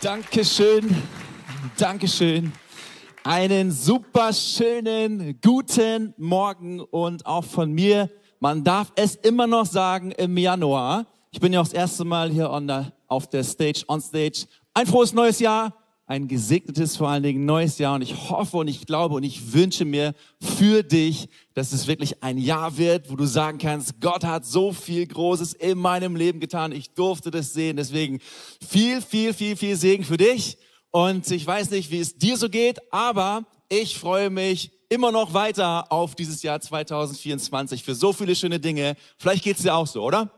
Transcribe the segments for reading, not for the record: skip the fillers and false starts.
Dankeschön, Dankeschön. Einen super schönen guten Morgen und auch von mir. Man darf es immer noch sagen im Januar. Ich bin ja auch das erste Mal hier auf der Stage, on Stage. Ein frohes neues Jahr, ein gesegnetes vor allen Dingen neues Jahr. Und ich hoffe und ich glaube und ich wünsche mir für dich, dass es wirklich ein Jahr wird, wo du sagen kannst, Gott hat so viel Großes in meinem Leben getan. Ich durfte das sehen. Deswegen viel Segen für dich. Und ich weiß nicht, wie es dir so geht, aber ich freue mich immer noch weiter auf dieses Jahr 2024 für so viele schöne Dinge. Vielleicht geht's dir auch so, oder?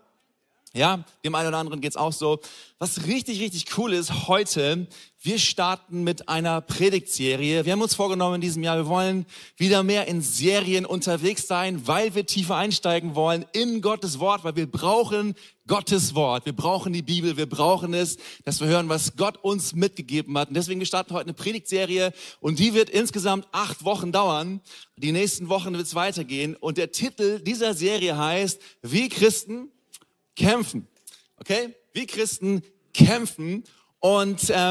Ja, dem einen oder anderen geht's auch so. Was richtig cool ist heute, wir starten mit einer Predigtserie. Wir haben uns vorgenommen in diesem Jahr, wir wollen wieder mehr in Serien unterwegs sein, weil wir tiefer einsteigen wollen in Gottes Wort, weil wir brauchen Gottes Wort. Wir brauchen die Bibel, wir brauchen es, dass wir hören, was Gott uns mitgegeben hat. Und deswegen, wir starten heute eine Predigtserie und die wird insgesamt 8 Wochen dauern. Die nächsten Wochen wird es weitergehen. Und der Titel dieser Serie heißt, wie Christen kämpfen, okay? Wie Christen kämpfen. Und wir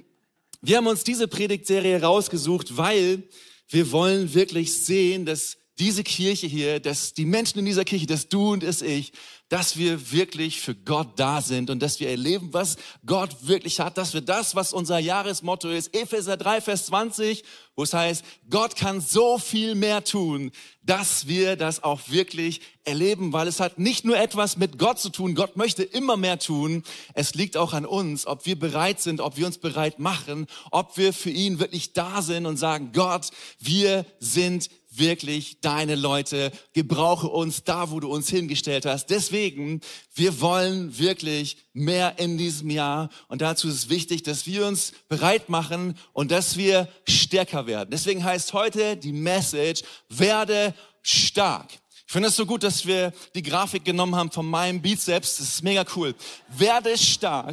haben uns diese Predigtserie rausgesucht, weil wir wollen wirklich sehen, dass diese Kirche hier, dass die Menschen in dieser Kirche, dass du und ich, dass wir wirklich für Gott da sind und dass wir erleben, was Gott wirklich hat, dass wir das, was unser Jahresmotto ist, Epheser 3, Vers 20, wo es heißt, Gott kann so viel mehr tun, dass wir das auch wirklich erleben, weil es hat nicht nur etwas mit Gott zu tun, Gott möchte immer mehr tun, es liegt auch an uns, ob wir bereit sind, ob wir uns bereit machen, ob wir für ihn wirklich da sind und sagen, Gott, wir sind wirklich deine Leute, gebrauche uns da, wo du uns hingestellt hast. Deswegen, wir wollen wirklich mehr in diesem Jahr und dazu ist es wichtig, dass wir uns bereit machen und dass wir stärker werden. Deswegen heißt heute die Message, werde stark. Ich finde es so gut, dass wir die Grafik genommen haben von meinem Bizeps, das ist mega cool. Werde stark.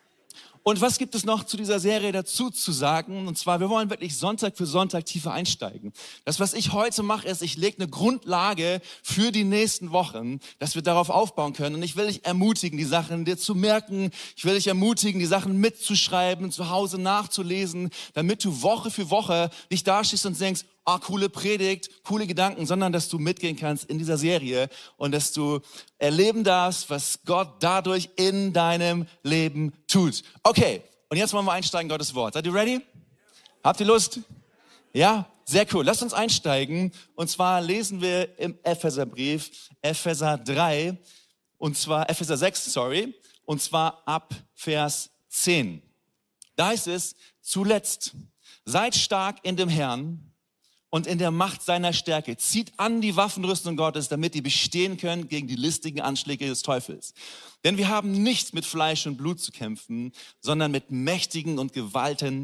Und was gibt es noch zu dieser Serie dazu zu sagen? Und zwar, wir wollen wirklich Sonntag für Sonntag tiefer einsteigen. Das, was ich heute mache, ist, ich lege eine Grundlage für die nächsten Wochen, dass wir darauf aufbauen können. Und ich will dich ermutigen, die Sachen dir zu merken. Ich will dich ermutigen, die Sachen mitzuschreiben, zu Hause nachzulesen, damit du Woche für Woche dich dastehst und denkst, coole Predigt, coole Gedanken, sondern dass du mitgehen kannst in dieser Serie und dass du erleben darfst, was Gott dadurch in deinem Leben tut. Okay, und jetzt wollen wir einsteigen in Gottes Wort. Seid ihr ready? Habt ihr Lust? Ja, sehr cool. Lasst uns einsteigen. Und zwar lesen wir im Epheserbrief, Epheser 3, und zwar Epheser 6, und zwar ab Vers 10. Da heißt es, zuletzt, seid stark in dem Herrn und in der Macht seiner Stärke. Zieht an die Waffenrüstung Gottes, damit ihr bestehen könnt gegen die listigen Anschläge des Teufels. Denn wir haben nicht mit Fleisch und Blut zu kämpfen, sondern mit Mächtigen und Gewaltigen,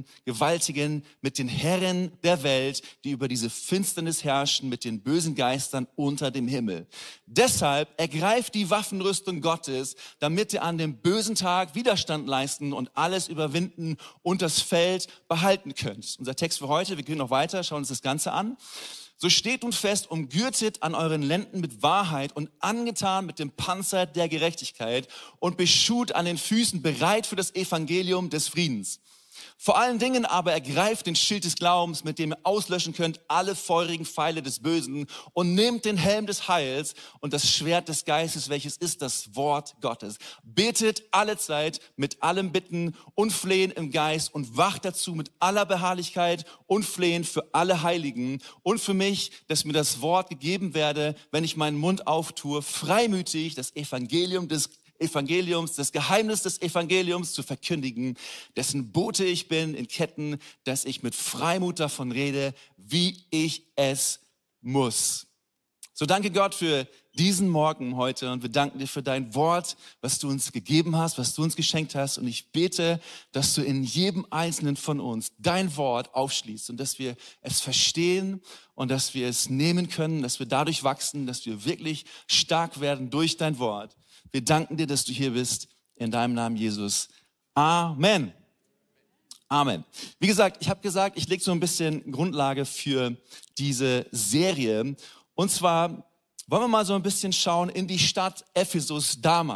mit den Herren der Welt, die über diese Finsternis herrschen, mit den bösen Geistern unter dem Himmel. Deshalb ergreift die Waffenrüstung Gottes, damit ihr an dem bösen Tag Widerstand leisten und alles überwinden und das Feld behalten könnt. Unser Text für heute, wir gehen noch weiter, schauen uns das Ganze an. So steht nun fest, umgürtet an euren Lenden mit Wahrheit und angetan mit dem Panzer der Gerechtigkeit und beschut an den Füßen, bereit für das Evangelium des Friedens. Vor allen Dingen aber ergreift den Schild des Glaubens, mit dem ihr auslöschen könnt alle feurigen Pfeile des Bösen und nehmt den Helm des Heils und das Schwert des Geistes, welches ist das Wort Gottes. Betet allezeit mit allem Bitten und Flehen im Geist und wacht dazu mit aller Beharrlichkeit und Flehen für alle Heiligen und für mich, dass mir das Wort gegeben werde, wenn ich meinen Mund auftue, freimütig das Evangelium des Geheimnis des Evangeliums zu verkündigen, dessen Bote ich bin in Ketten, dass ich mit Freimut davon rede, wie ich es muss. So danke Gott für diesen Morgen heute und wir danken dir für dein Wort, was du uns gegeben hast, was du uns geschenkt hast und ich bete, dass du in jedem Einzelnen von uns dein Wort aufschließt und dass wir es verstehen und dass wir es nehmen können, dass wir dadurch wachsen, dass wir wirklich stark werden durch dein Wort. Wir danken dir, dass du hier bist. In deinem Namen, Jesus. Amen. Amen. Wie gesagt, ich lege so ein bisschen Grundlage für diese Serie. Und zwar wollen wir mal so ein bisschen schauen in die Stadt Ephesus damals.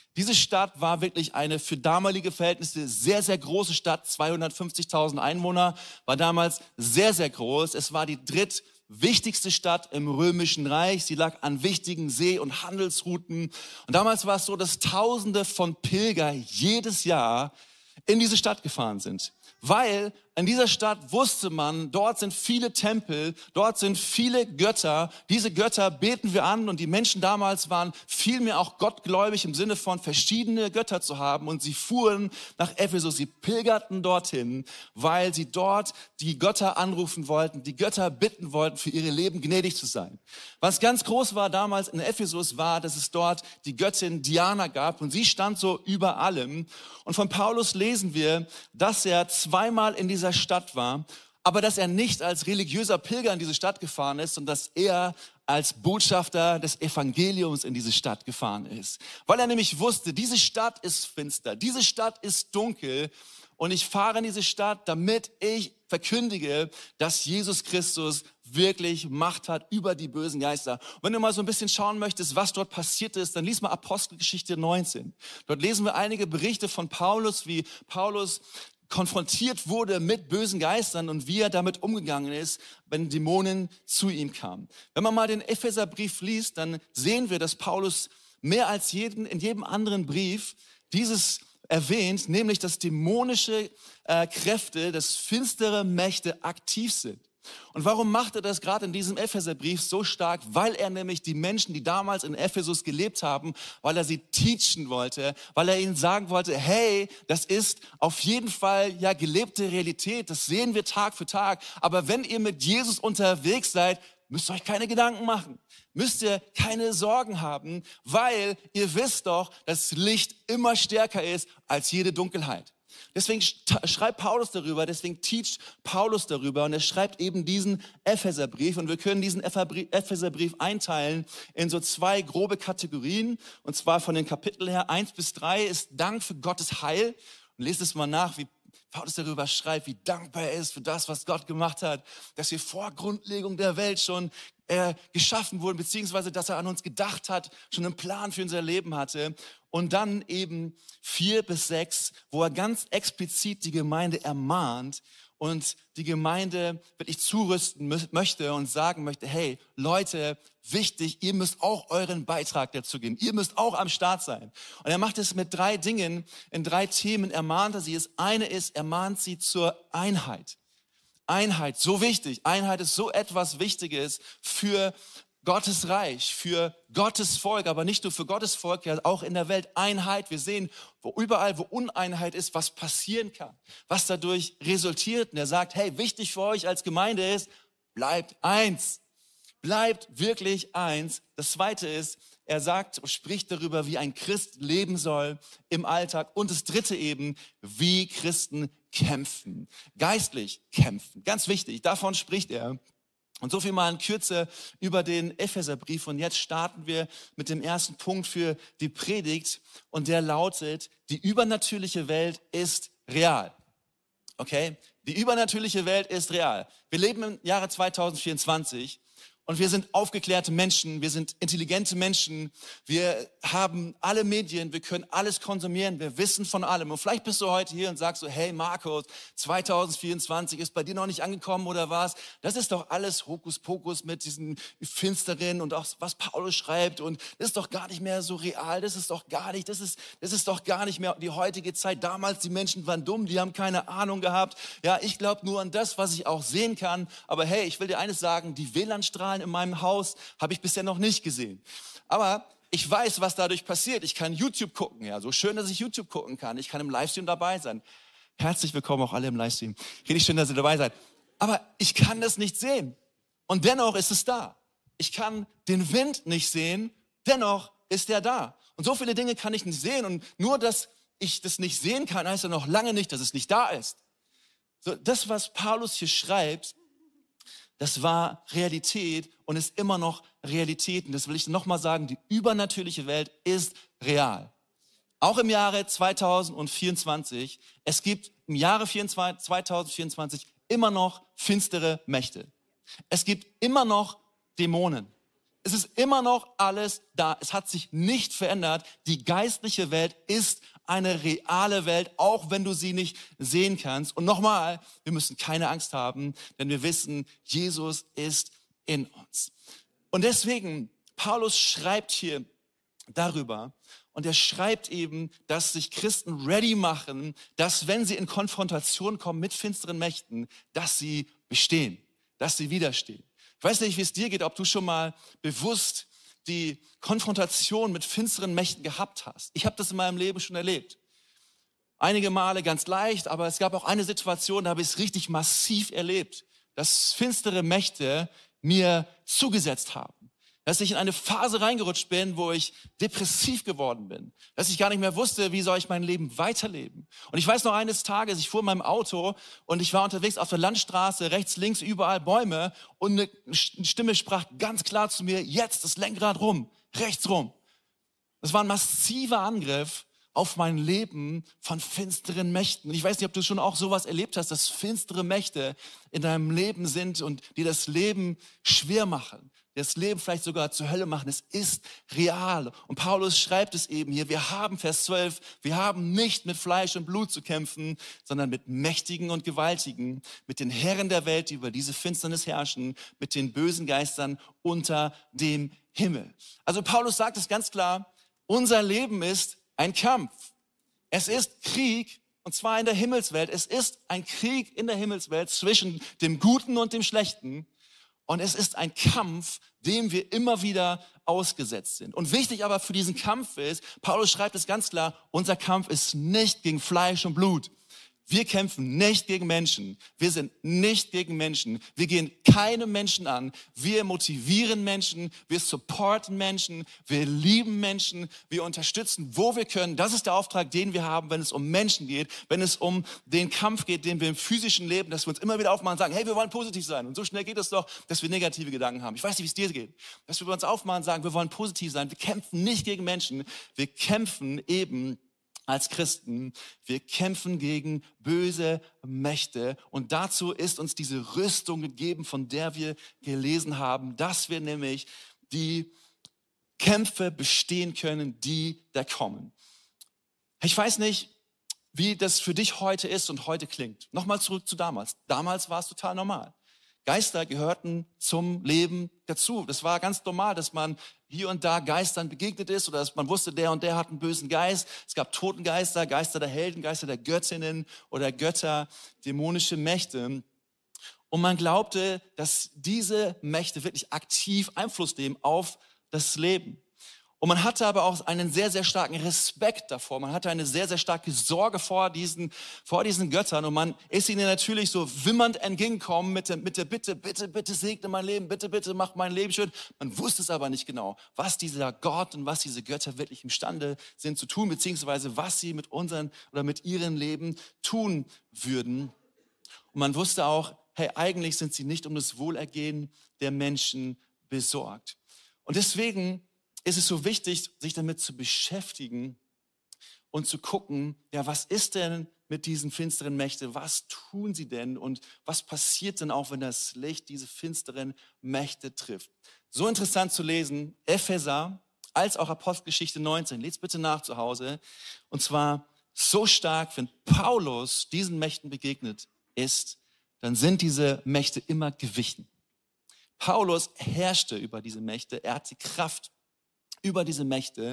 Diese Stadt war wirklich eine für damalige Verhältnisse sehr, sehr große Stadt. 250.000 Einwohner, war damals sehr, sehr groß. Es war die drittwichtigste Stadt im Römischen Reich. Sie lag an wichtigen See- und Handelsrouten. Und damals war es so, dass Tausende von Pilgern jedes Jahr in diese Stadt gefahren sind. Weil in dieser Stadt wusste man, dort sind viele Tempel, dort sind viele Götter. Diese Götter beten wir an und die Menschen damals waren vielmehr auch gottgläubig im Sinne von verschiedene Götter zu haben. Und sie fuhren nach Ephesus, sie pilgerten dorthin, weil sie dort die Götter anrufen wollten, die Götter bitten wollten, für ihre Leben gnädig zu sein. Was ganz groß war damals in Ephesus war, dass es dort die Göttin Diana gab und sie stand so über allem. Und von Paulus lesen wir, dass er zweimal in dieser Stadt war, aber dass er nicht als religiöser Pilger in diese Stadt gefahren ist, sondern dass er als Botschafter des Evangeliums in diese Stadt gefahren ist. Weil er nämlich wusste, diese Stadt ist finster, diese Stadt ist dunkel und ich fahre in diese Stadt, damit ich verkündige, dass Jesus Christus wirklich Macht hat über die bösen Geister. Und wenn du mal so ein bisschen schauen möchtest, was dort passiert ist, dann lies mal Apostelgeschichte 19. Dort lesen wir einige Berichte von Paulus, wie Paulus konfrontiert wurde mit bösen Geistern und wie er damit umgegangen ist, wenn Dämonen zu ihm kamen. Wenn man mal den Epheserbrief liest, dann sehen wir, dass Paulus mehr als in jedem anderen Brief dieses erwähnt, nämlich dass dämonische Kräfte, dass finstere Mächte aktiv sind. Und warum macht er das gerade in diesem Epheserbrief so stark? Weil er nämlich die Menschen, die damals in Ephesus gelebt haben, weil er sie teachen wollte, weil er ihnen sagen wollte, hey, das ist auf jeden Fall ja gelebte Realität, das sehen wir Tag für Tag. Aber wenn ihr mit Jesus unterwegs seid, müsst ihr euch keine Gedanken machen, müsst ihr keine Sorgen haben, weil ihr wisst doch, dass Licht immer stärker ist als jede Dunkelheit. Deswegen schreibt Paulus darüber, deswegen teacht Paulus darüber und er schreibt eben diesen Epheserbrief und wir können diesen Epheserbrief einteilen in so zwei grobe Kategorien und zwar von den Kapiteln her 1-3 ist Dank für Gottes Heil und lest es mal nach, wie Paulus darüber schreibt, wie dankbar er ist für das, was Gott gemacht hat, dass wir vor Grundlegung der Welt schon geschaffen wurden, beziehungsweise dass er an uns gedacht hat, schon einen Plan für unser Leben hatte. Und dann eben 4-6, wo er ganz explizit die Gemeinde ermahnt und die Gemeinde wirklich zurüsten möchte und sagen möchte, hey Leute, wichtig, ihr müsst auch euren Beitrag dazu geben. Ihr müsst auch am Start sein. Und er macht es mit 3 Dingen, in 3 Themen ermahnt er sie. Das eine ist, er mahnt sie zur Einheit. Einheit, so wichtig. Einheit ist so etwas Wichtiges für Gottes Reich, für Gottes Volk, aber nicht nur für Gottes Volk, ja auch in der Welt Einheit. Wir sehen, wo überall, wo Uneinheit ist, was passieren kann, was dadurch resultiert. Und er sagt, hey, wichtig für euch als Gemeinde ist, bleibt eins. Bleibt wirklich eins. Das Zweite ist, er spricht darüber, wie ein Christ leben soll im Alltag. Und das Dritte eben, wie Christen kämpfen, geistlich kämpfen. Ganz wichtig, davon spricht er. Und so viel mal in Kürze über den Epheserbrief. Und jetzt starten wir mit dem ersten Punkt für die Predigt. Und der lautet, die übernatürliche Welt ist real. Okay? Die übernatürliche Welt ist real. Wir leben im Jahre 2024. Und wir sind aufgeklärte Menschen, wir sind intelligente Menschen, wir haben alle Medien, wir können alles konsumieren, wir wissen von allem. Und vielleicht bist du heute hier und sagst so, hey Markus, 2024 ist bei dir noch nicht angekommen oder was? Das ist doch alles Hokuspokus mit diesen Finsteren und auch was Paulus schreibt und das ist doch gar nicht mehr so real, das ist doch gar nicht mehr die heutige Zeit. Damals, die Menschen waren dumm, die haben keine Ahnung gehabt. Ja, ich glaube nur an das, was ich auch sehen kann. Aber hey, ich will dir eines sagen, die WLAN-Strahlen in meinem Haus habe ich bisher noch nicht gesehen. Aber ich weiß, was dadurch passiert. Ich kann YouTube gucken. Ja, so schön, dass ich YouTube gucken kann. Ich kann im Livestream dabei sein. Herzlich willkommen auch alle im Livestream. Richtig schön, dass ihr dabei seid. Aber ich kann das nicht sehen. Und dennoch ist es da. Ich kann den Wind nicht sehen. Dennoch ist er da. Und so viele Dinge kann ich nicht sehen. Und nur, dass ich das nicht sehen kann, heißt ja noch lange nicht, dass es nicht da ist. So, das, was Paulus hier schreibt, das war Realität und ist immer noch Realität. Und das will ich nochmal sagen, die übernatürliche Welt ist real. Auch im Jahre 2024. Es gibt im Jahre 2024 immer noch finstere Mächte. Es gibt immer noch Dämonen. Es ist immer noch alles da. Es hat sich nicht verändert. Die geistliche Welt ist eine reale Welt, auch wenn du sie nicht sehen kannst. Und nochmal, wir müssen keine Angst haben, denn wir wissen, Jesus ist in uns. Und deswegen, Paulus schreibt hier darüber, und er schreibt eben, dass sich Christen ready machen, dass wenn sie in Konfrontation kommen mit finsteren Mächten, dass sie bestehen, dass sie widerstehen. Ich weiß nicht, wie es dir geht, ob du schon mal bewusst die Konfrontation mit finsteren Mächten gehabt hast. Ich habe das in meinem Leben schon erlebt. Einige Male ganz leicht, aber es gab auch eine Situation, da habe ich es richtig massiv erlebt, dass finstere Mächte mir zugesetzt haben. Dass ich in eine Phase reingerutscht bin, wo ich depressiv geworden bin. Dass ich gar nicht mehr wusste, wie soll ich mein Leben weiterleben. Und ich weiß noch eines Tages, ich fuhr in meinem Auto und ich war unterwegs auf der Landstraße, rechts, links, überall Bäume. Und eine Stimme sprach ganz klar zu mir, jetzt das Lenkrad rum, rechts rum. Das war ein massiver Angriff auf mein Leben von finsteren Mächten. Und ich weiß nicht, ob du schon auch sowas erlebt hast, dass finstere Mächte in deinem Leben sind und dir das Leben schwer machen. Das Leben vielleicht sogar zur Hölle machen. Es ist real. Und Paulus schreibt es eben hier. Wir haben, Vers 12, wir haben nicht mit Fleisch und Blut zu kämpfen, sondern mit Mächtigen und Gewaltigen, mit den Herren der Welt, die über diese Finsternis herrschen, mit den bösen Geistern unter dem Himmel. Also Paulus sagt es ganz klar, unser Leben ist ein Kampf. Es ist Krieg, und zwar in der Himmelswelt. Es ist ein Krieg in der Himmelswelt zwischen dem Guten und dem Schlechten. Und es ist ein Kampf, dem wir immer wieder ausgesetzt sind. Und wichtig aber für diesen Kampf ist, Paulus schreibt es ganz klar, unser Kampf ist nicht gegen Fleisch und Blut. Wir kämpfen nicht gegen Menschen. Wir sind nicht gegen Menschen. Wir gehen keine Menschen an. Wir motivieren Menschen. Wir supporten Menschen. Wir lieben Menschen. Wir unterstützen, wo wir können. Das ist der Auftrag, den wir haben, wenn es um Menschen geht. Wenn es um den Kampf geht, den wir im physischen Leben, dass wir uns immer wieder aufmachen und sagen, hey, wir wollen positiv sein. Und so schnell geht es doch, dass wir negative Gedanken haben. Ich weiß nicht, wie es dir geht. Dass wir uns aufmachen und sagen, wir wollen positiv sein. Wir kämpfen nicht gegen Menschen. Wir kämpfen eben als Christen, wir kämpfen gegen böse Mächte und dazu ist uns diese Rüstung gegeben, von der wir gelesen haben, dass wir nämlich die Kämpfe bestehen können, die da kommen. Ich weiß nicht, wie das für dich heute ist und heute klingt. Nochmal zurück zu damals. Damals war es total normal. Geister gehörten zum Leben dazu. Das war ganz normal, dass man hier und da Geistern begegnet ist oder dass man wusste, der und der hat einen bösen Geist. Es gab Totengeister, Geister der Helden, Geister der Göttinnen oder Götter, dämonische Mächte. Und man glaubte, dass diese Mächte wirklich aktiv Einfluss nehmen auf das Leben. Und man hatte aber auch einen sehr, sehr starken Respekt davor. Man hatte eine sehr, sehr starke Sorge vor diesen Göttern. Und man ist ihnen natürlich so wimmernd entgegengekommen mit der Bitte, bitte, bitte segne mein Leben, bitte, bitte mach mein Leben schön. Man wusste es aber nicht genau, was dieser Gott und was diese Götter wirklich imstande sind zu tun, beziehungsweise was sie mit unseren oder mit ihrem Leben tun würden. Und man wusste auch, hey, eigentlich sind sie nicht um das Wohlergehen der Menschen besorgt. Und deswegen ist es so wichtig, sich damit zu beschäftigen und zu gucken, ja, was ist denn mit diesen finsteren Mächten? Was tun sie denn? Und was passiert denn auch, wenn das Licht diese finsteren Mächte trifft? So interessant zu lesen, Epheser als auch Apostelgeschichte 19. Lest bitte nach zu Hause. Und zwar so stark, wenn Paulus diesen Mächten begegnet ist, dann sind diese Mächte immer gewichen. Paulus herrschte über diese Mächte. Er hat die Kraft über diese Mächte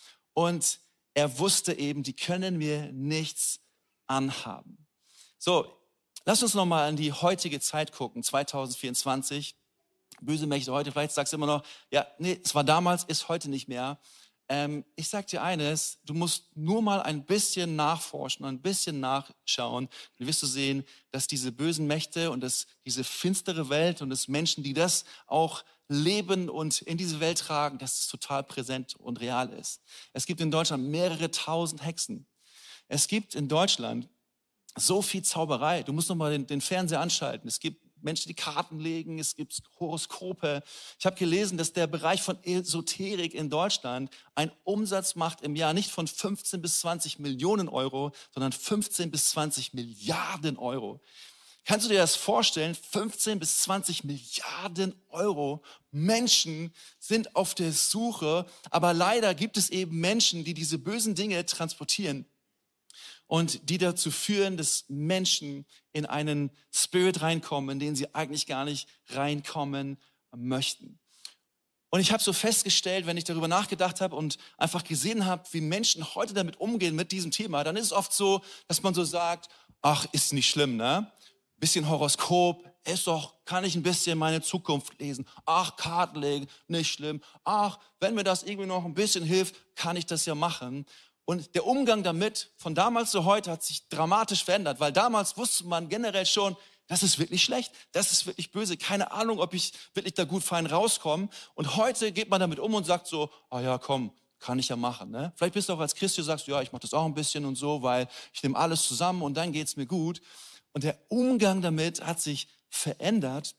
und er wusste eben, die können mir nichts anhaben. So, lass uns nochmal an die heutige Zeit gucken, 2024. Böse Mächte heute, vielleicht sagst du immer noch, ja, nee, es war damals, ist heute nicht mehr. Ich sag dir eines, du musst nur mal ein bisschen nachforschen, ein bisschen nachschauen, dann wirst du sehen, dass diese bösen Mächte und diese finstere Welt und das Menschen, die das auch leben und in diese Welt tragen, dass es total präsent und real ist. Es gibt in Deutschland mehrere tausend Hexen. Es gibt in Deutschland so viel Zauberei. Du musst noch mal den Fernseher anschalten. Es gibt Menschen, die Karten legen, es gibt Horoskope. Ich habe gelesen, dass der Bereich von Esoterik in Deutschland einen Umsatz macht im Jahr nicht von 15 bis 20 Millionen Euro, sondern 15 bis 20 Milliarden Euro. Kannst du dir das vorstellen? 15 bis 20 Milliarden Euro. Menschen sind auf der Suche, aber leider gibt es eben Menschen, die diese bösen Dinge transportieren und die dazu führen, dass Menschen in einen Spirit reinkommen, in den sie eigentlich gar nicht reinkommen möchten. Und ich habe so festgestellt, wenn ich darüber nachgedacht habe und einfach gesehen habe, wie Menschen heute damit umgehen mit diesem Thema, dann ist es oft so, dass man so sagt, ach, ist nicht schlimm, ne? Bisschen Horoskop, kann ich ein bisschen meine Zukunft lesen. Ach, Karten legen, nicht schlimm. Ach, wenn mir das irgendwie noch ein bisschen hilft, kann ich das ja machen. Und der Umgang damit von damals zu heute hat sich dramatisch verändert, weil damals wusste man generell schon, das ist wirklich schlecht, das ist wirklich böse. Keine Ahnung, ob ich wirklich da gut fein rauskomme. Und heute geht man damit um und sagt so, ah ja, komm, kann ich ja machen. Ne? Vielleicht bist du auch als Christ, du sagst, ja, ich mache das auch ein bisschen und so, weil ich nehme alles zusammen und dann geht's mir gut. Und der Umgang damit hat sich verändert.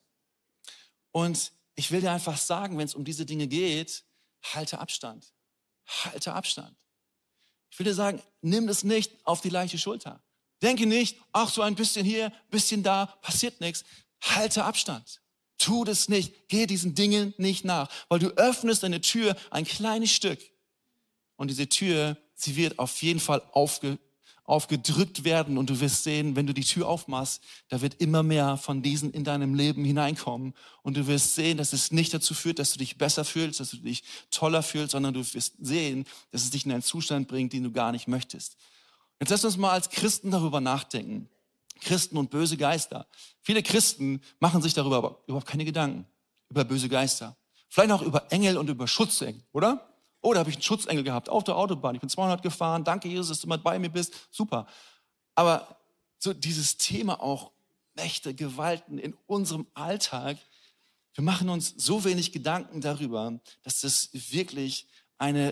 Und ich will dir einfach sagen, wenn es um diese Dinge geht, halte Abstand. Halte Abstand. Ich will dir sagen, nimm das nicht auf die leichte Schulter. Denke nicht, ach, so ein bisschen hier, ein bisschen da, passiert nichts. Halte Abstand. Tu das nicht. Geh diesen Dingen nicht nach. Weil du öffnest deine Tür ein kleines Stück. Und diese Tür, sie wird auf jeden Fall aufgedrückt werden. Und du wirst sehen, wenn du die Tür aufmachst, da wird immer mehr von diesen in deinem Leben hineinkommen. Und du wirst sehen, dass es nicht dazu führt, dass du dich besser fühlst, dass du dich toller fühlst, sondern du wirst sehen, dass es dich in einen Zustand bringt, den du gar nicht möchtest. Jetzt lass uns mal als Christen darüber nachdenken. Christen und böse Geister. Viele Christen machen sich darüber aber überhaupt keine Gedanken. Über böse Geister. Vielleicht auch über Engel und über Schutzengel, oder? Oh, da habe ich einen Schutzengel gehabt auf der Autobahn. Ich bin 200 gefahren. Danke, Jesus, dass du mal bei mir bist. Super. Aber so dieses Thema auch Mächte, Gewalten in unserem Alltag, wir machen uns so wenig Gedanken darüber, dass das wirklich eine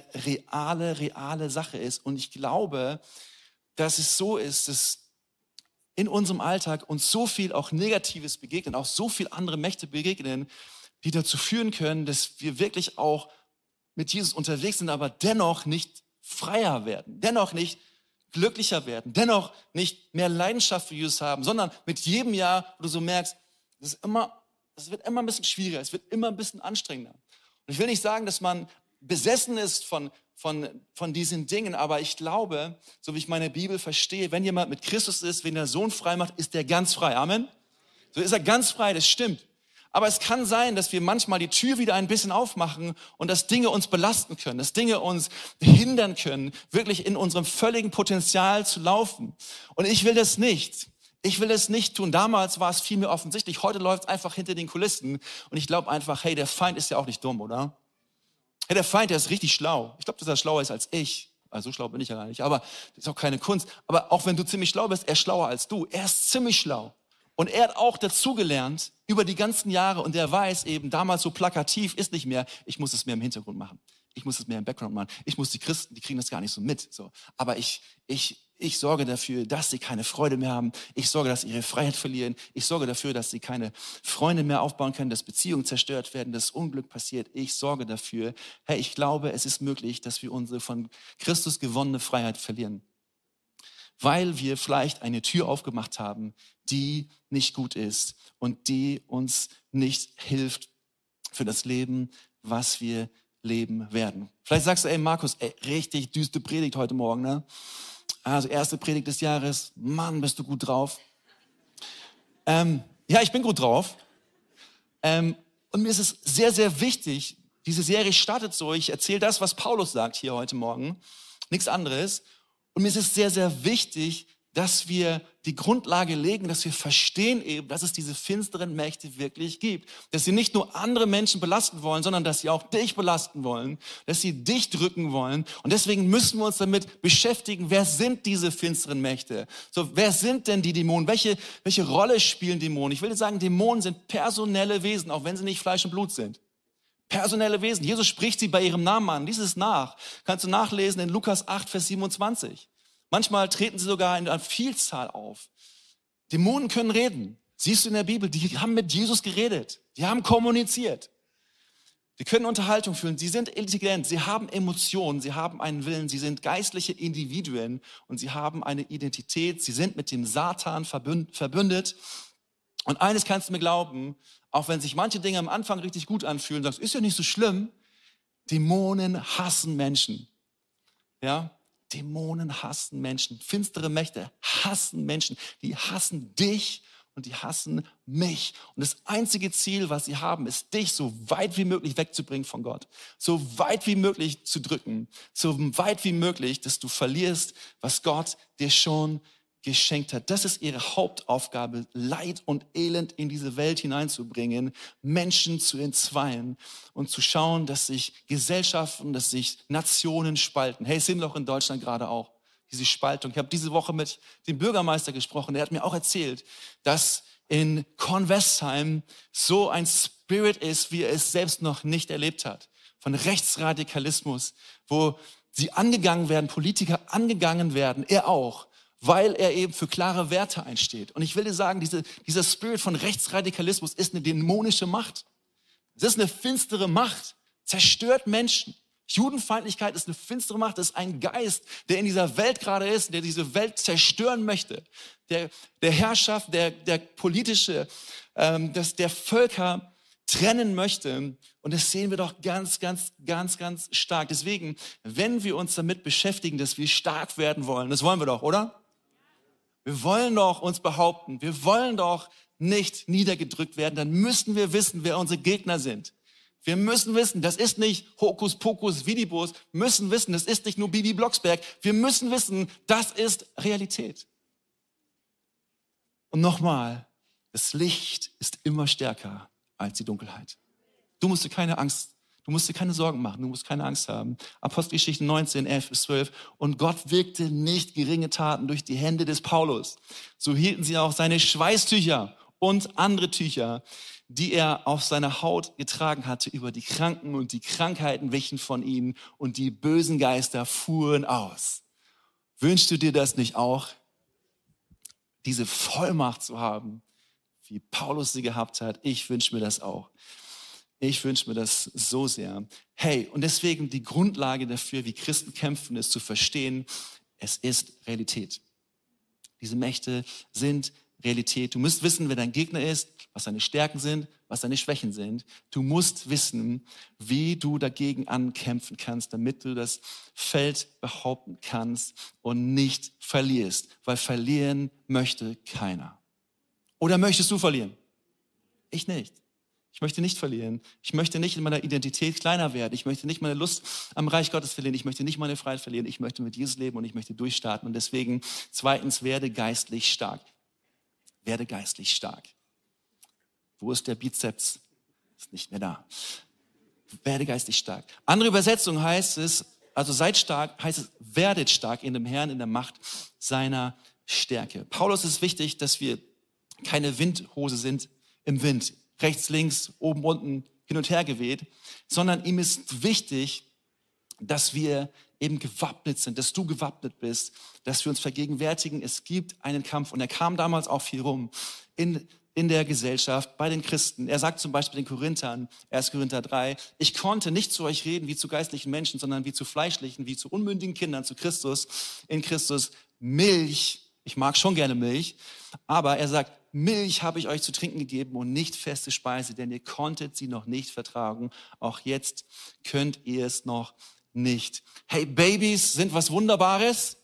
reale Sache ist. Und ich glaube, dass es so ist, dass in unserem Alltag uns so viel auch Negatives begegnet, auch so viel andere Mächte begegnen, die dazu führen können, dass wir wirklich auch mit Jesus unterwegs sind, aber dennoch nicht freier werden, dennoch nicht glücklicher werden, dennoch nicht mehr Leidenschaft für Jesus haben, sondern mit jedem Jahr, wo du so merkst, es wird immer ein bisschen schwieriger, es wird immer ein bisschen anstrengender. Und ich will nicht sagen, dass man besessen ist von diesen Dingen, aber ich glaube, so wie ich meine Bibel verstehe, wenn jemand mit Christus ist, wenn der Sohn frei macht, ist der ganz frei. Amen. So ist er ganz frei, das stimmt. Aber es kann sein, dass wir manchmal die Tür wieder ein bisschen aufmachen und dass Dinge uns belasten können, dass Dinge uns hindern können, wirklich in unserem völligen Potenzial zu laufen. Und ich will das nicht. Ich will es nicht tun. Damals war es viel mehr offensichtlich. Heute läuft es einfach hinter den Kulissen. Und ich glaube einfach, hey, der Feind ist ja auch nicht dumm, oder? Hey, der Feind, der ist richtig schlau. Ich glaube, dass er schlauer ist als ich. Also so schlau bin ich ja gar nicht. Aber das ist auch keine Kunst. Aber auch wenn du ziemlich schlau bist, er ist schlauer als du. Er ist ziemlich schlau. Und er hat auch dazugelernt über die ganzen Jahre. Und er weiß eben, damals so plakativ ist nicht mehr, ich muss es mehr im Hintergrund machen. Ich muss es mehr im Background machen. Ich muss die Christen, die kriegen das gar nicht so mit. So. Aber ich sorge dafür, dass sie keine Freude mehr haben. Ich sorge, dass sie ihre Freiheit verlieren. Ich sorge dafür, dass sie keine Freunde mehr aufbauen können, dass Beziehungen zerstört werden, dass Unglück passiert. Ich sorge dafür. Hey, ich glaube, es ist möglich, dass wir unsere von Christus gewonnene Freiheit verlieren. Weil wir vielleicht eine Tür aufgemacht haben, die nicht gut ist und die uns nicht hilft für das Leben, was wir leben werden. Vielleicht sagst du, ey Markus, richtig düste Predigt heute Morgen, ne? Also erste Predigt des Jahres, Mann, bist du gut drauf. Ja, ich bin gut drauf. Und mir ist es sehr, sehr wichtig, diese Serie startet so, ich erzähle das, was Paulus sagt hier heute Morgen, nichts anderes. Und mir ist es sehr, sehr wichtig, dass wir die Grundlage legen, dass wir verstehen eben, dass es diese finsteren Mächte wirklich gibt. Dass sie nicht nur andere Menschen belasten wollen, sondern dass sie auch dich belasten wollen, dass sie dich drücken wollen. Und deswegen müssen wir uns damit beschäftigen, wer sind diese finsteren Mächte? So, wer sind denn die Dämonen? Welche Rolle spielen Dämonen? Ich will dir sagen, Dämonen sind personelle Wesen, auch wenn sie nicht Fleisch und Blut sind. Personelle Wesen. Jesus spricht sie bei ihrem Namen an. Lies es nach. Kannst du nachlesen in Lukas 8, Vers 27. Manchmal treten sie sogar in einer Vielzahl auf. Dämonen können reden. Siehst du in der Bibel, die haben mit Jesus geredet. Die haben kommuniziert. Die können Unterhaltung führen. Sie sind intelligent. Sie haben Emotionen. Sie haben einen Willen. Sie sind geistliche Individuen und sie haben eine Identität. Sie sind mit dem Satan verbündet. Und eines kannst du mir glauben, auch wenn sich manche Dinge am Anfang richtig gut anfühlen, sagst, ist ja nicht so schlimm, Dämonen hassen Menschen. Ja? Dämonen hassen Menschen. Finstere Mächte hassen Menschen. Die hassen dich und die hassen mich. Und das einzige Ziel, was sie haben, ist, dich so weit wie möglich wegzubringen von Gott. So weit wie möglich zu drücken. So weit wie möglich, dass du verlierst, was Gott dir schon geschenkt hat. Das ist ihre Hauptaufgabe, Leid und Elend in diese Welt hineinzubringen, Menschen zu entzweien und zu schauen, dass sich Gesellschaften, dass sich Nationen spalten. Hey, es sind doch in Deutschland gerade auch diese Spaltung. Ich habe diese Woche mit dem Bürgermeister gesprochen, der hat mir auch erzählt, dass in Kornwestheim so ein Spirit ist, wie er es selbst noch nicht erlebt hat. Von Rechtsradikalismus, wo sie angegangen werden, Politiker angegangen werden, er auch, weil er eben für klare Werte einsteht. Und ich will dir sagen, dieser Spirit von Rechtsradikalismus ist eine dämonische Macht. Es ist eine finstere Macht, zerstört Menschen. Judenfeindlichkeit ist eine finstere Macht, das ist ein Geist, der in dieser Welt gerade ist, der diese Welt zerstören möchte. Der Herrschaft, der politische, der Völker trennen möchte. Und das sehen wir doch ganz, ganz, ganz, ganz stark. Deswegen, wenn wir uns damit beschäftigen, dass wir stark werden wollen, das wollen wir doch, oder? Wir wollen doch uns behaupten, wir wollen doch nicht niedergedrückt werden, dann müssen wir wissen, wer unsere Gegner sind. Wir müssen wissen, das ist nicht Hokuspokus Vidibus, müssen wissen, das ist nicht nur Bibi Blocksberg, wir müssen wissen, das ist Realität. Und nochmal, das Licht ist immer stärker als die Dunkelheit. Du musst dir keine Angst, du musst dir keine Sorgen machen, du musst keine Angst haben. Apostelgeschichte 19, 11-12. Und Gott wirkte nicht geringe Taten durch die Hände des Paulus. So hielten sie auch seine Schweißtücher und andere Tücher, die er auf seiner Haut getragen hatte, über die Kranken, und die Krankheiten wichen von ihnen und die bösen Geister fuhren aus. Wünschst du dir das nicht auch, diese Vollmacht zu haben, wie Paulus sie gehabt hat? Ich wünsche mir das auch. Ich wünsche mir das so sehr. Hey, und deswegen die Grundlage dafür, wie Christen kämpfen, ist zu verstehen, es ist Realität. Diese Mächte sind Realität. Du musst wissen, wer dein Gegner ist, was seine Stärken sind, was seine Schwächen sind. Du musst wissen, wie du dagegen ankämpfen kannst, damit du das Feld behaupten kannst und nicht verlierst. Weil verlieren möchte keiner. Oder möchtest du verlieren? Ich nicht. Ich möchte nicht verlieren. Ich möchte nicht in meiner Identität kleiner werden. Ich möchte nicht meine Lust am Reich Gottes verlieren. Ich möchte nicht meine Freiheit verlieren. Ich möchte mit Jesus leben und ich möchte durchstarten. Und deswegen, zweitens, werde geistlich stark. Werde geistlich stark. Wo ist der Bizeps? Ist nicht mehr da. Werde geistlich stark. Andere Übersetzung heißt es, also seid stark, heißt es, werdet stark in dem Herrn, in der Macht seiner Stärke. Paulus ist wichtig, dass wir keine Windhose sind im Wind. Rechts, links, oben, unten, hin und her geweht, sondern ihm ist wichtig, dass wir eben gewappnet sind, dass du gewappnet bist, dass wir uns vergegenwärtigen, es gibt einen Kampf. Und er kam damals auch viel rum in der Gesellschaft, bei den Christen. Er sagt zum Beispiel den Korinthern, 1. Korinther 3, ich konnte nicht zu euch reden wie zu geistlichen Menschen, sondern wie zu fleischlichen, wie zu unmündigen Kindern, zu Christus, in Christus Milch. Ich mag schon gerne Milch, aber er sagt, Milch habe ich euch zu trinken gegeben und nicht feste Speise, denn ihr konntet sie noch nicht vertragen. Auch jetzt könnt ihr es noch nicht. Hey, Babys sind was Wunderbares.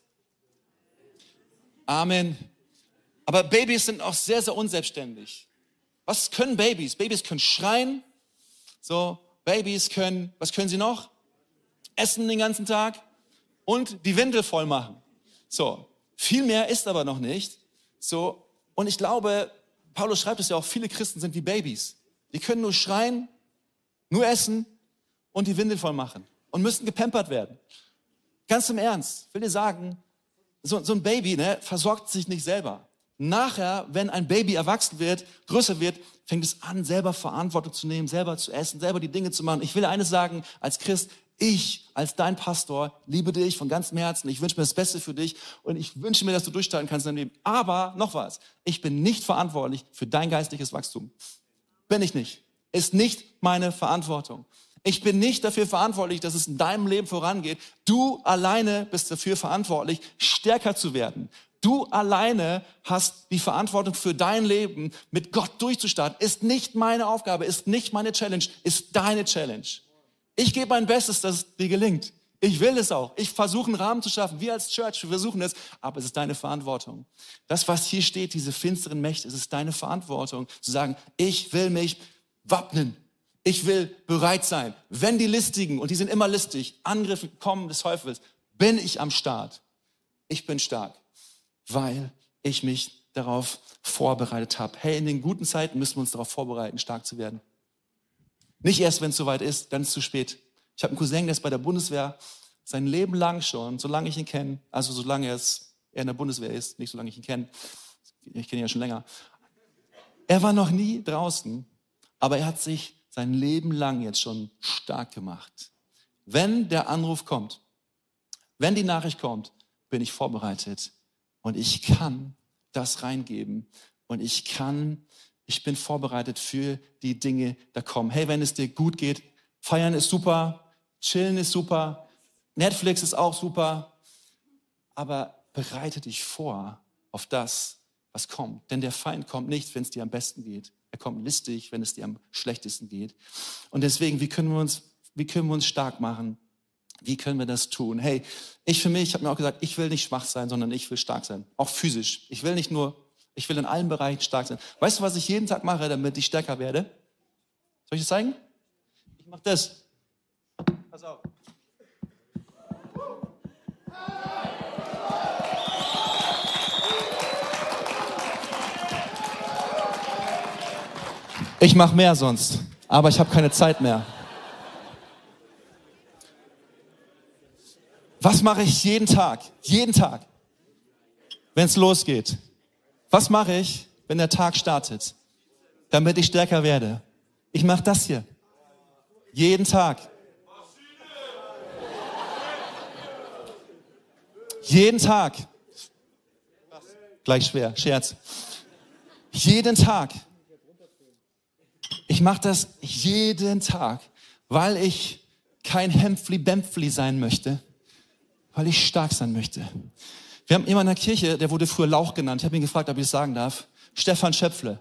Amen. Aber Babys sind auch sehr, sehr unselbstständig. Was können Babys? Babys können schreien. So, Babys können, was können sie noch? Essen den ganzen Tag und die Windel voll machen. So, viel mehr ist aber noch nicht. So, und ich glaube, Paulus schreibt es ja auch, viele Christen sind wie Babys. Die können nur schreien, nur essen und die Windel voll machen und müssen gepampert werden. Ganz im Ernst, will dir sagen, so ein Baby, versorgt sich nicht selber. Nachher, wenn ein Baby erwachsen wird, größer wird, fängt es an, selber Verantwortung zu nehmen, selber zu essen, selber die Dinge zu machen. Ich will dir eines sagen, als Christ, ich als dein Pastor liebe dich von ganzem Herzen. Ich wünsche mir das Beste für dich und ich wünsche mir, dass du durchstarten kannst in deinem Leben. Aber noch was, ich bin nicht verantwortlich für dein geistliches Wachstum. Bin ich nicht. Ist nicht meine Verantwortung. Ich bin nicht dafür verantwortlich, dass es in deinem Leben vorangeht. Du alleine bist dafür verantwortlich, stärker zu werden, Du alleine hast die Verantwortung für dein Leben, mit Gott durchzustarten. Ist nicht meine Aufgabe, ist nicht meine Challenge, ist deine Challenge. Ich gebe mein Bestes, dass es dir gelingt. Ich will es auch. Ich versuche einen Rahmen zu schaffen. Wir als Church, wir versuchen es, aber es ist deine Verantwortung. Das, was hier steht, diese finsteren Mächte, es ist deine Verantwortung, zu sagen, ich will mich wappnen. Ich will bereit sein. Wenn die Listigen, und die sind immer listig, Angriffe kommen des Teufels, bin ich am Start. Ich bin stark, weil ich mich darauf vorbereitet habe. Hey, in den guten Zeiten müssen wir uns darauf vorbereiten, stark zu werden. Nicht erst, wenn es soweit ist, dann ist es zu spät. Ich habe einen Cousin, der ist bei der Bundeswehr, sein Leben lang schon, solange ich ihn kenne, also solange er in der Bundeswehr ist, nicht solange ich ihn kenne, ich kenne ihn ja schon länger. Er war noch nie draußen, aber er hat sich sein Leben lang jetzt schon stark gemacht. Wenn der Anruf kommt, wenn die Nachricht kommt, bin ich vorbereitet und ich kann das reingeben und ich bin vorbereitet für die Dinge, da kommen. Hey, wenn es dir gut geht, feiern ist super, chillen ist super, Netflix ist auch super, aber bereite dich vor auf das, was kommt. Denn der Feind kommt nicht, wenn es dir am besten geht. Er kommt listig, wenn es dir am schlechtesten geht. Und deswegen, wie können wir uns stark machen? Wie können wir das tun? Hey, ich habe mir auch gesagt, ich will nicht schwach sein, sondern ich will stark sein. Auch physisch. Ich will in allen Bereichen stark sein. Weißt du, was ich jeden Tag mache, damit ich stärker werde? Soll ich das zeigen? Ich mache das. Pass auf. Ich mache mehr sonst, aber ich habe keine Zeit mehr. Was mache ich jeden Tag, wenn es losgeht? Was mache ich, wenn der Tag startet, damit ich stärker werde? Ich mache das hier. Jeden Tag. Jeden Tag. Gleich schwer, Scherz. Jeden Tag. Ich mache das jeden Tag, weil ich kein Hempfli-Bempfli sein möchte, weil ich stark sein möchte. Wir haben jemanden in der Kirche, der wurde früher Lauch genannt. Ich habe ihn gefragt, ob ich es sagen darf. Stefan Schöpfle.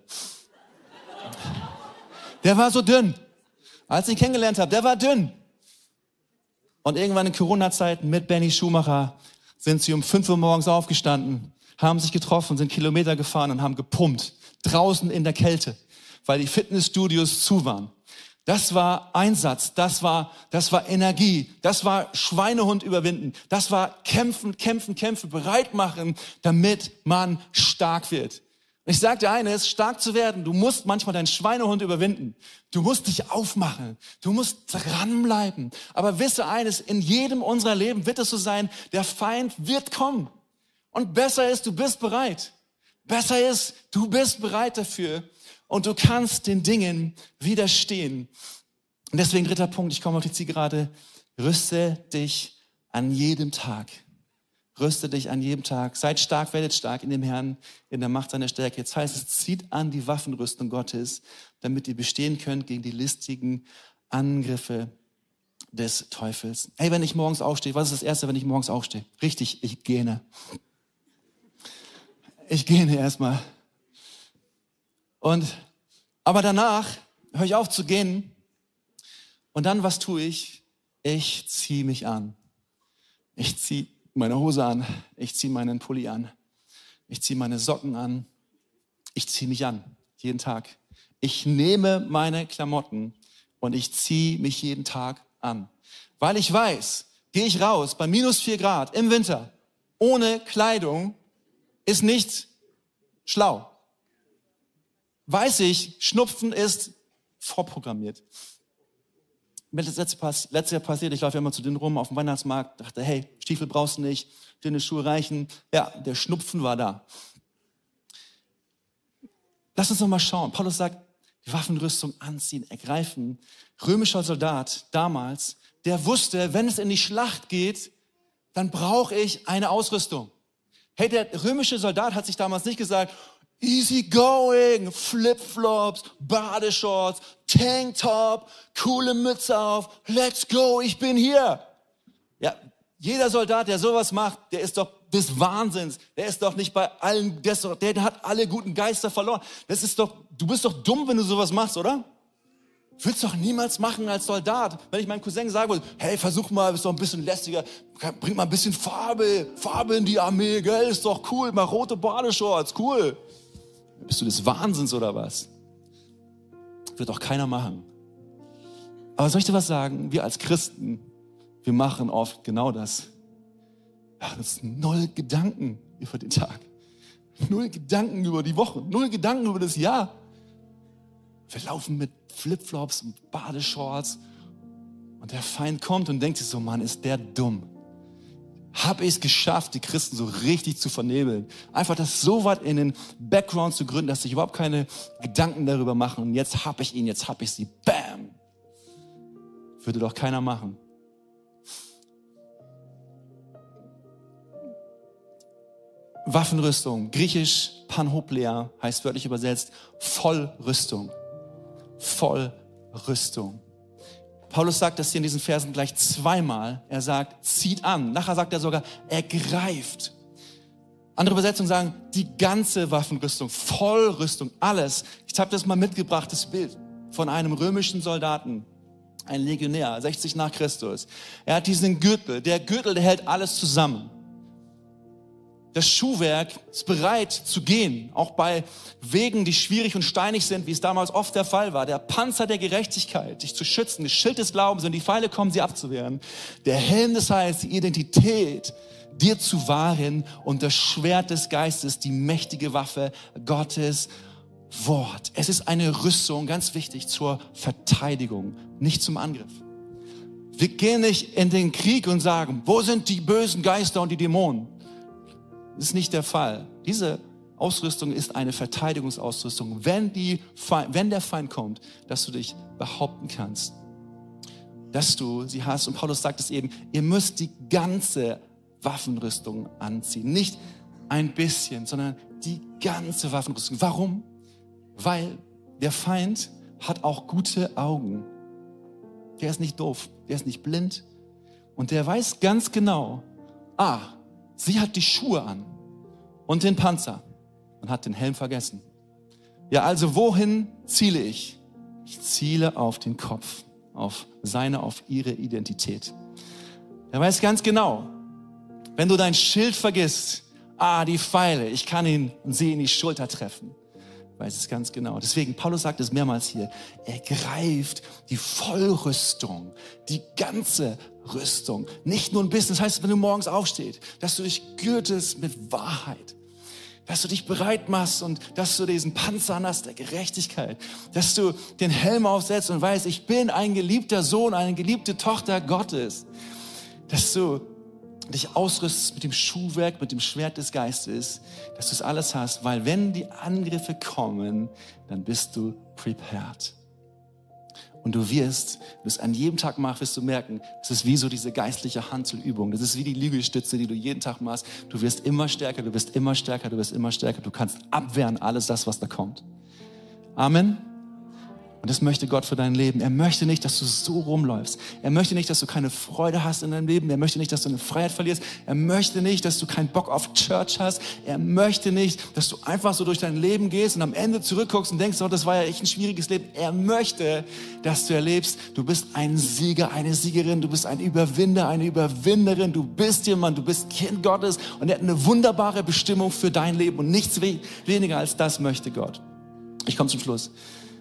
Der war so dünn. Als ich ihn kennengelernt habe, der war dünn. Und irgendwann in Corona-Zeiten mit Benny Schumacher sind sie um 5 Uhr morgens aufgestanden, haben sich getroffen, sind Kilometer gefahren und haben gepumpt. Draußen in der Kälte, weil die Fitnessstudios zu waren. Das war Einsatz, das war Energie, das war Schweinehund überwinden, das war kämpfen, bereit machen, damit man stark wird. Und ich sage dir eines, stark zu werden, du musst manchmal deinen Schweinehund überwinden. Du musst dich aufmachen, du musst dranbleiben. Aber wisse eines, in jedem unserer Leben wird es so sein, der Feind wird kommen. Und besser ist, du bist bereit. Besser ist, du bist bereit dafür. Und du kannst den Dingen widerstehen. Und deswegen 3. Punkt, ich komme auf die Zielgerade. Rüste dich an jedem Tag. Rüste dich an jedem Tag. Seid stark, werdet stark in dem Herrn, in der Macht seiner Stärke. Jetzt heißt es, zieht an die Waffenrüstung Gottes, damit ihr bestehen könnt gegen die listigen Angriffe des Teufels. Hey, wenn ich morgens aufstehe, was ist das Erste, wenn ich morgens aufstehe? Richtig, ich gähne. Ich gähne erstmal. Aber danach höre ich auf zu gähnen. Und dann, was tue ich? Ich ziehe mich an. Ich ziehe meine Hose an. Ich ziehe meinen Pulli an. Ich ziehe meine Socken an. Ich ziehe mich an. Jeden Tag. Ich nehme meine Klamotten und ich ziehe mich jeden Tag an. Weil ich weiß, gehe ich raus bei -4 Grad im Winter ohne Kleidung, ist nicht schlau. Weiß ich, Schnupfen ist vorprogrammiert. Mir das letztes Jahr passiert, ich laufe ja immer zu dünn rum auf dem Weihnachtsmarkt, dachte, hey, Stiefel brauchst du nicht, dünne Schuhe reichen. Ja, der Schnupfen war da. Lass uns noch mal schauen. Paulus sagt, die Waffenrüstung anziehen, ergreifen. Römischer Soldat damals, der wusste, wenn es in die Schlacht geht, dann brauche ich eine Ausrüstung. Hey, der römische Soldat hat sich damals nicht gesagt, easy going, Flipflops, Badeshorts, Tanktop, coole Mütze auf, let's go, ich bin hier. Ja, jeder Soldat, der sowas macht, der ist doch des Wahnsinns. Der ist doch nicht bei allen, der hat alle guten Geister verloren. Du bist doch dumm, wenn du sowas machst, oder? Würdest du doch niemals machen als Soldat. Wenn ich meinem Cousin sagen würde, hey, versuch mal, bist doch ein bisschen lästiger, bring mal ein bisschen Farbe in die Armee, gell, ist doch cool, mal rote Badeshorts, cool. Bist du des Wahnsinns oder was? Wird doch keiner machen. Aber soll ich dir was sagen? Wir als Christen, wir machen oft genau das. Ja, das ist 0 Gedanken über den Tag. 0 Gedanken über die Woche. 0 Gedanken über das Jahr. Wir laufen mit Flipflops und Badeshorts und der Feind kommt und denkt sich so, Mann, ist der dumm. Habe ich es geschafft, die Christen so richtig zu vernebeln. Einfach das so weit in den Background zu gründen, dass sich überhaupt keine Gedanken darüber machen. Und jetzt habe ich ihn, jetzt habe ich sie. Bam! Würde doch keiner machen. Waffenrüstung, griechisch Panoplia, heißt wörtlich übersetzt Vollrüstung. Vollrüstung. Paulus sagt das hier in diesen Versen gleich zweimal. Er sagt, zieht an. Nachher sagt er sogar, ergreift. Andere Übersetzungen sagen, die ganze Waffenrüstung, Vollrüstung, alles. Ich habe das mal mitgebracht, das Bild von einem römischen Soldaten, ein Legionär, 60 nach Christus. Er hat diesen Gürtel. Der Gürtel, der hält alles zusammen. Das Schuhwerk ist bereit zu gehen, auch bei Wegen, die schwierig und steinig sind, wie es damals oft der Fall war. Der Panzer der Gerechtigkeit, dich zu schützen, das Schild des Glaubens, wenn die Pfeile kommen, sie abzuwehren. Der Helm des Heils, die Identität, dir zu wahren und das Schwert des Geistes, die mächtige Waffe Gottes Wort. Es ist eine Rüstung, ganz wichtig, zur Verteidigung, nicht zum Angriff. Wir gehen nicht in den Krieg und sagen, wo sind die bösen Geister und die Dämonen? Das ist nicht der Fall. Diese Ausrüstung ist eine Verteidigungsausrüstung, wenn der Feind kommt, dass du dich behaupten kannst, dass du sie hast. Und Paulus sagt es eben, ihr müsst die ganze Waffenrüstung anziehen. Nicht ein bisschen, sondern die ganze Waffenrüstung. Warum? Weil der Feind hat auch gute Augen. Der ist nicht doof, der ist nicht blind. Und der weiß ganz genau, sie hat die Schuhe an und den Panzer und hat den Helm vergessen. Ja, also wohin ziele ich? Ich ziele auf den Kopf, auf ihre Identität. Er weiß ganz genau, wenn du dein Schild vergisst, die Pfeile, ich kann ihn und sie in die Schulter treffen. Weiß es ganz genau. Deswegen, Paulus sagt es mehrmals hier, er greift die Vollrüstung, die ganze Rüstung. Nicht nur ein bisschen, das heißt, wenn du morgens aufstehst, dass du dich gürtest mit Wahrheit, dass du dich bereit machst und dass du diesen Panzer hast der Gerechtigkeit, dass du den Helm aufsetzt und weißt, ich bin ein geliebter Sohn, eine geliebte Tochter Gottes, dass du dich ausrüstest mit dem Schuhwerk, mit dem Schwert des Geistes, dass du es alles hast, weil wenn die Angriffe kommen, dann bist du prepared. Und du wirst, wenn du es an jedem Tag machst, wirst du merken, es ist wie so diese geistliche Hantelübung. Das ist wie die Liegestütze, die du jeden Tag machst. Du wirst immer stärker, du wirst immer stärker, du wirst immer stärker. Du kannst abwehren alles das, was da kommt. Amen. Und das möchte Gott für dein Leben. Er möchte nicht, dass du so rumläufst. Er möchte nicht, dass du keine Freude hast in deinem Leben. Er möchte nicht, dass du eine Freiheit verlierst. Er möchte nicht, dass du keinen Bock auf Church hast. Er möchte nicht, dass du einfach so durch dein Leben gehst und am Ende zurückguckst und denkst, das war ja echt ein schwieriges Leben. Er möchte, dass du erlebst, du bist ein Sieger, eine Siegerin. Du bist ein Überwinder, eine Überwinderin. Du bist jemand, du bist Kind Gottes. Und er hat eine wunderbare Bestimmung für dein Leben. Und nichts weniger als das möchte Gott. Ich komme zum Schluss.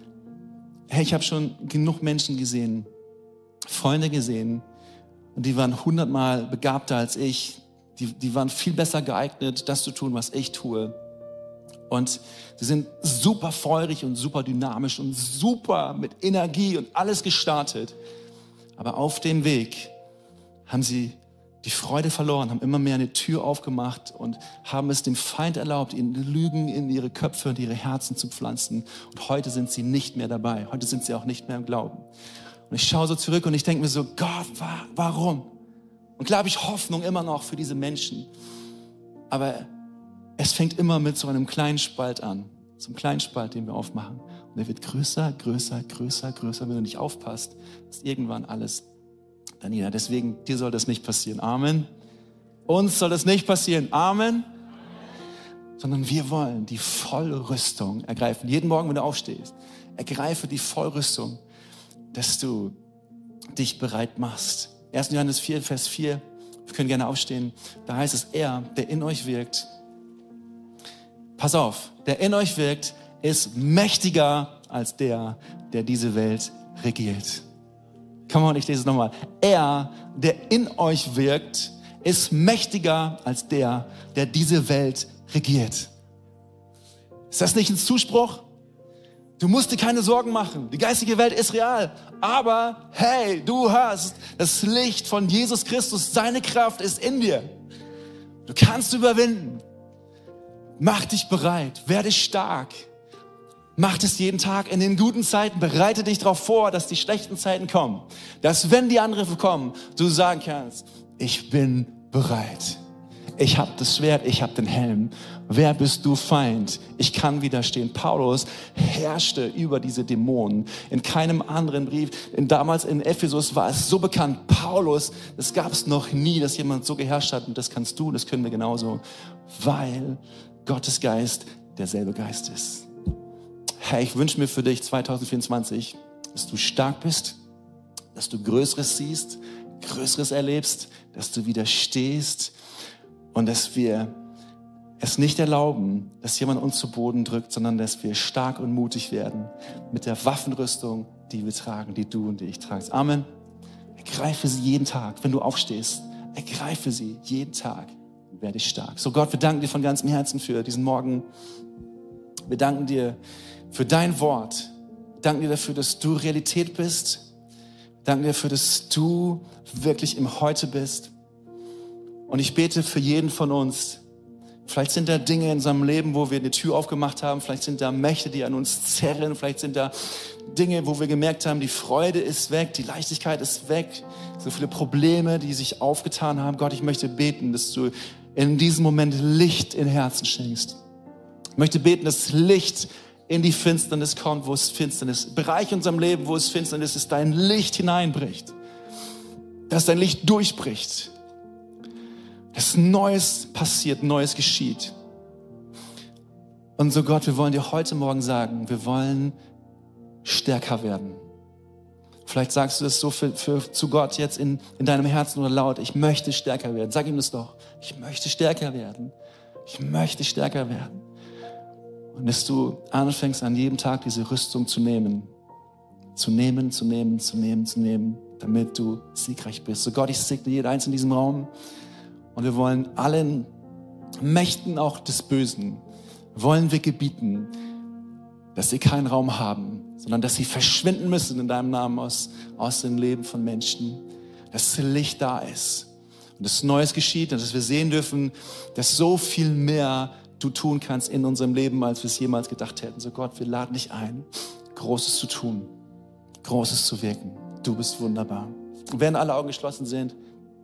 Hey, ich habe schon genug Menschen gesehen, Freunde gesehen, und die waren 100-mal begabter als ich. Die waren viel besser geeignet, das zu tun, was ich tue. Und sie sind super feurig und super dynamisch und super mit Energie und alles gestartet. Aber auf dem Weg haben sie die Freude verloren, haben immer mehr eine Tür aufgemacht und haben es dem Feind erlaubt, ihnen Lügen in ihre Köpfe und ihre Herzen zu pflanzen. Und heute sind sie nicht mehr dabei. Heute sind sie auch nicht mehr im Glauben. Und ich schaue so zurück und ich denke mir so, Gott, warum? Und klar habe ich Hoffnung immer noch für diese Menschen. Aber es fängt immer mit so einem kleinen Spalt an. So einem kleinen Spalt, den wir aufmachen. Und der wird größer, größer, größer, größer. Wenn du nicht aufpasst, ist irgendwann alles Daniela, deswegen, dir soll das nicht passieren. Amen. Uns soll das nicht passieren. Amen. Sondern wir wollen die Vollrüstung ergreifen. Jeden Morgen, wenn du aufstehst, ergreife die Vollrüstung, dass du dich bereit machst. 1. Johannes 4, Vers 4, wir können gerne aufstehen. Da heißt es, er, der in euch wirkt, pass auf, der in euch wirkt, ist mächtiger als der diese Welt regiert. Come on, ich lese es nochmal. Er, der in euch wirkt, ist mächtiger als der diese Welt regiert. Ist das nicht ein Zuspruch? Du musst dir keine Sorgen machen. Die geistige Welt ist real. Aber hey, du hast das Licht von Jesus Christus. Seine Kraft ist in dir. Du kannst überwinden. Mach dich bereit. Werde stark. Mach es jeden Tag in den guten Zeiten. Bereite dich darauf vor, dass die schlechten Zeiten kommen. Dass, wenn die Angriffe kommen, du sagen kannst, ich bin bereit. Ich habe das Schwert, ich habe den Helm. Wer bist du, Feind? Ich kann widerstehen. Paulus herrschte über diese Dämonen. In keinem anderen Brief, damals in Ephesus war es so bekannt. Paulus, das gab es noch nie, dass jemand so geherrscht hat. Und das kannst du, das können wir genauso. Weil Gottes Geist derselbe Geist ist. Hey, ich wünsche mir für dich 2024, dass du stark bist, dass du Größeres siehst, Größeres erlebst, dass du widerstehst und dass wir es nicht erlauben, dass jemand uns zu Boden drückt, sondern dass wir stark und mutig werden mit der Waffenrüstung, die wir tragen, die du und die ich tragst. Amen. Ergreife sie jeden Tag, wenn du aufstehst. Ergreife sie jeden Tag und werde stark. So Gott, wir danken dir von ganzem Herzen für diesen Morgen. Wir danken dir für dein Wort. Wir danken dir dafür, dass du Realität bist. Wir danken dir dafür, dass du wirklich im Heute bist. Und ich bete für jeden von uns. Vielleicht sind da Dinge in unserem Leben, wo wir eine Tür aufgemacht haben. Vielleicht sind da Mächte, die an uns zerren. Vielleicht sind da Dinge, wo wir gemerkt haben, die Freude ist weg, die Leichtigkeit ist weg. So viele Probleme, die sich aufgetan haben. Gott, ich möchte beten, dass du in diesem Moment Licht in Herzen schenkst. Ich möchte beten, dass Licht in die Finsternis kommt, wo es Finsternis ist. Bereich in unserem Leben, wo es Finsternis ist, dein Licht hineinbricht. Dass dein Licht durchbricht. Dass Neues passiert, Neues geschieht. Und so Gott, wir wollen dir heute Morgen sagen, wir wollen stärker werden. Vielleicht sagst du das so zu Gott jetzt in deinem Herzen oder laut, ich möchte stärker werden. Sag ihm das doch. Ich möchte stärker werden. Ich möchte stärker werden. Und dass du anfängst, an jedem Tag diese Rüstung zu nehmen. Zu nehmen, damit du siegreich bist. So Gott, ich segne jeden Einzelnen in diesem Raum. Und wir wollen allen Mächten auch des Bösen, wollen wir gebieten, dass sie keinen Raum haben, sondern dass sie verschwinden müssen in deinem Namen aus dem Leben von Menschen. Dass Licht da ist und dass Neues geschieht und dass wir sehen dürfen, dass so viel mehr du tun kannst in unserem Leben, als wir es jemals gedacht hätten. So Gott, wir laden dich ein, Großes zu tun, Großes zu wirken. Du bist wunderbar. Und während alle Augen geschlossen sind,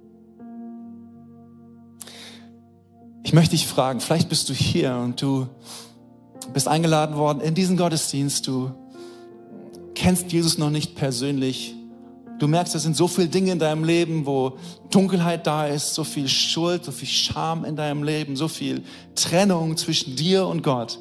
ich möchte dich fragen, vielleicht bist du hier und du bist eingeladen worden in diesen Gottesdienst. Du kennst Jesus noch nicht persönlich. Du merkst, es sind so viele Dinge in deinem Leben, wo Dunkelheit da ist, so viel Schuld, so viel Scham in deinem Leben, so viel Trennung zwischen dir und Gott.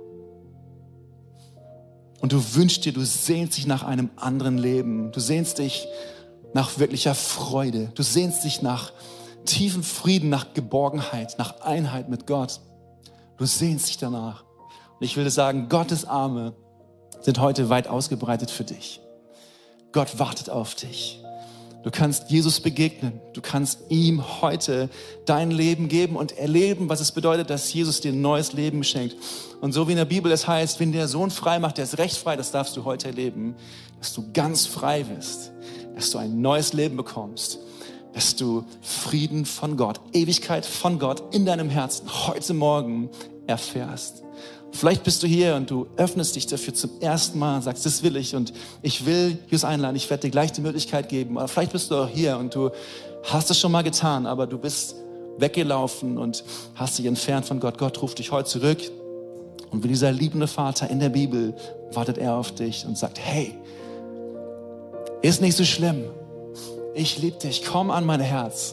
Und du wünschst dir, du sehnst dich nach einem anderen Leben. Du sehnst dich nach wirklicher Freude. Du sehnst dich nach tiefen Frieden, nach Geborgenheit, nach Einheit mit Gott. Du sehnst dich danach. Und ich will dir sagen, Gottes Arme sind heute weit ausgebreitet für dich. Gott wartet auf dich. Du kannst Jesus begegnen. Du kannst ihm heute dein Leben geben und erleben, was es bedeutet, dass Jesus dir ein neues Leben schenkt. Und so wie in der Bibel es heißt, wenn der Sohn frei macht, der ist recht frei, das darfst du heute erleben, dass du ganz frei bist, dass du ein neues Leben bekommst, dass du Frieden von Gott, Ewigkeit von Gott in deinem Herzen heute Morgen erfährst. Vielleicht bist du hier und du öffnest dich dafür zum ersten Mal und sagst, das will ich und ich will Jesus einladen, ich werde dir gleich die Möglichkeit geben. Oder vielleicht bist du auch hier und du hast es schon mal getan, aber du bist weggelaufen und hast dich entfernt von Gott. Gott ruft dich heute zurück und wie dieser liebende Vater in der Bibel wartet er auf dich und sagt, hey, ist nicht so schlimm. Ich liebe dich, komm an mein Herz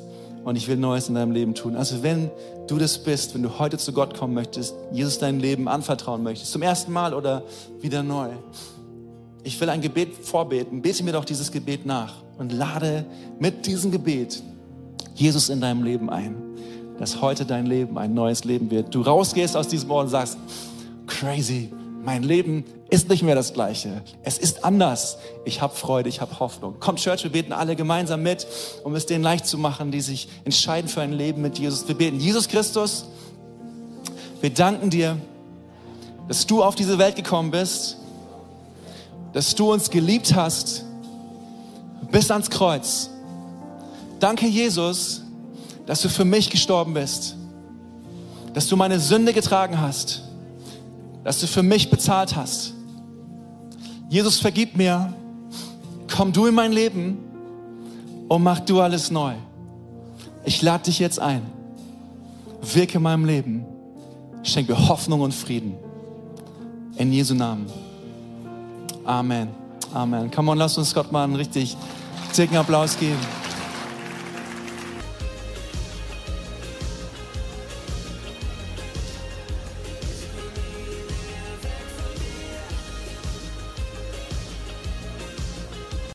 und ich will Neues in deinem Leben tun. Also wenn du das bist, wenn du heute zu Gott kommen möchtest, Jesus dein Leben anvertrauen möchtest, zum ersten Mal oder wieder neu, ich will ein Gebet vorbeten. Bete mir doch dieses Gebet nach und lade mit diesem Gebet Jesus in deinem Leben ein, dass heute dein Leben ein neues Leben wird. Du rausgehst aus diesem Ort und sagst, crazy, mein Leben ist nicht mehr das Gleiche. Es ist anders. Ich habe Freude, ich habe Hoffnung. Kommt, Church, wir beten alle gemeinsam mit, um es denen leicht zu machen, die sich entscheiden für ein Leben mit Jesus. Wir beten, Jesus Christus, wir danken dir, dass du auf diese Welt gekommen bist, dass du uns geliebt hast bis ans Kreuz. Danke, Jesus, dass du für mich gestorben bist, dass du meine Sünde getragen hast, dass du für mich bezahlt hast. Jesus, vergib mir, komm du in mein Leben und mach du alles neu. Ich lade dich jetzt ein, wirke in meinem Leben, schenke mir Hoffnung und Frieden. In Jesu Namen. Amen. Amen. Come on, lass uns Gott mal einen richtig dicken Applaus geben.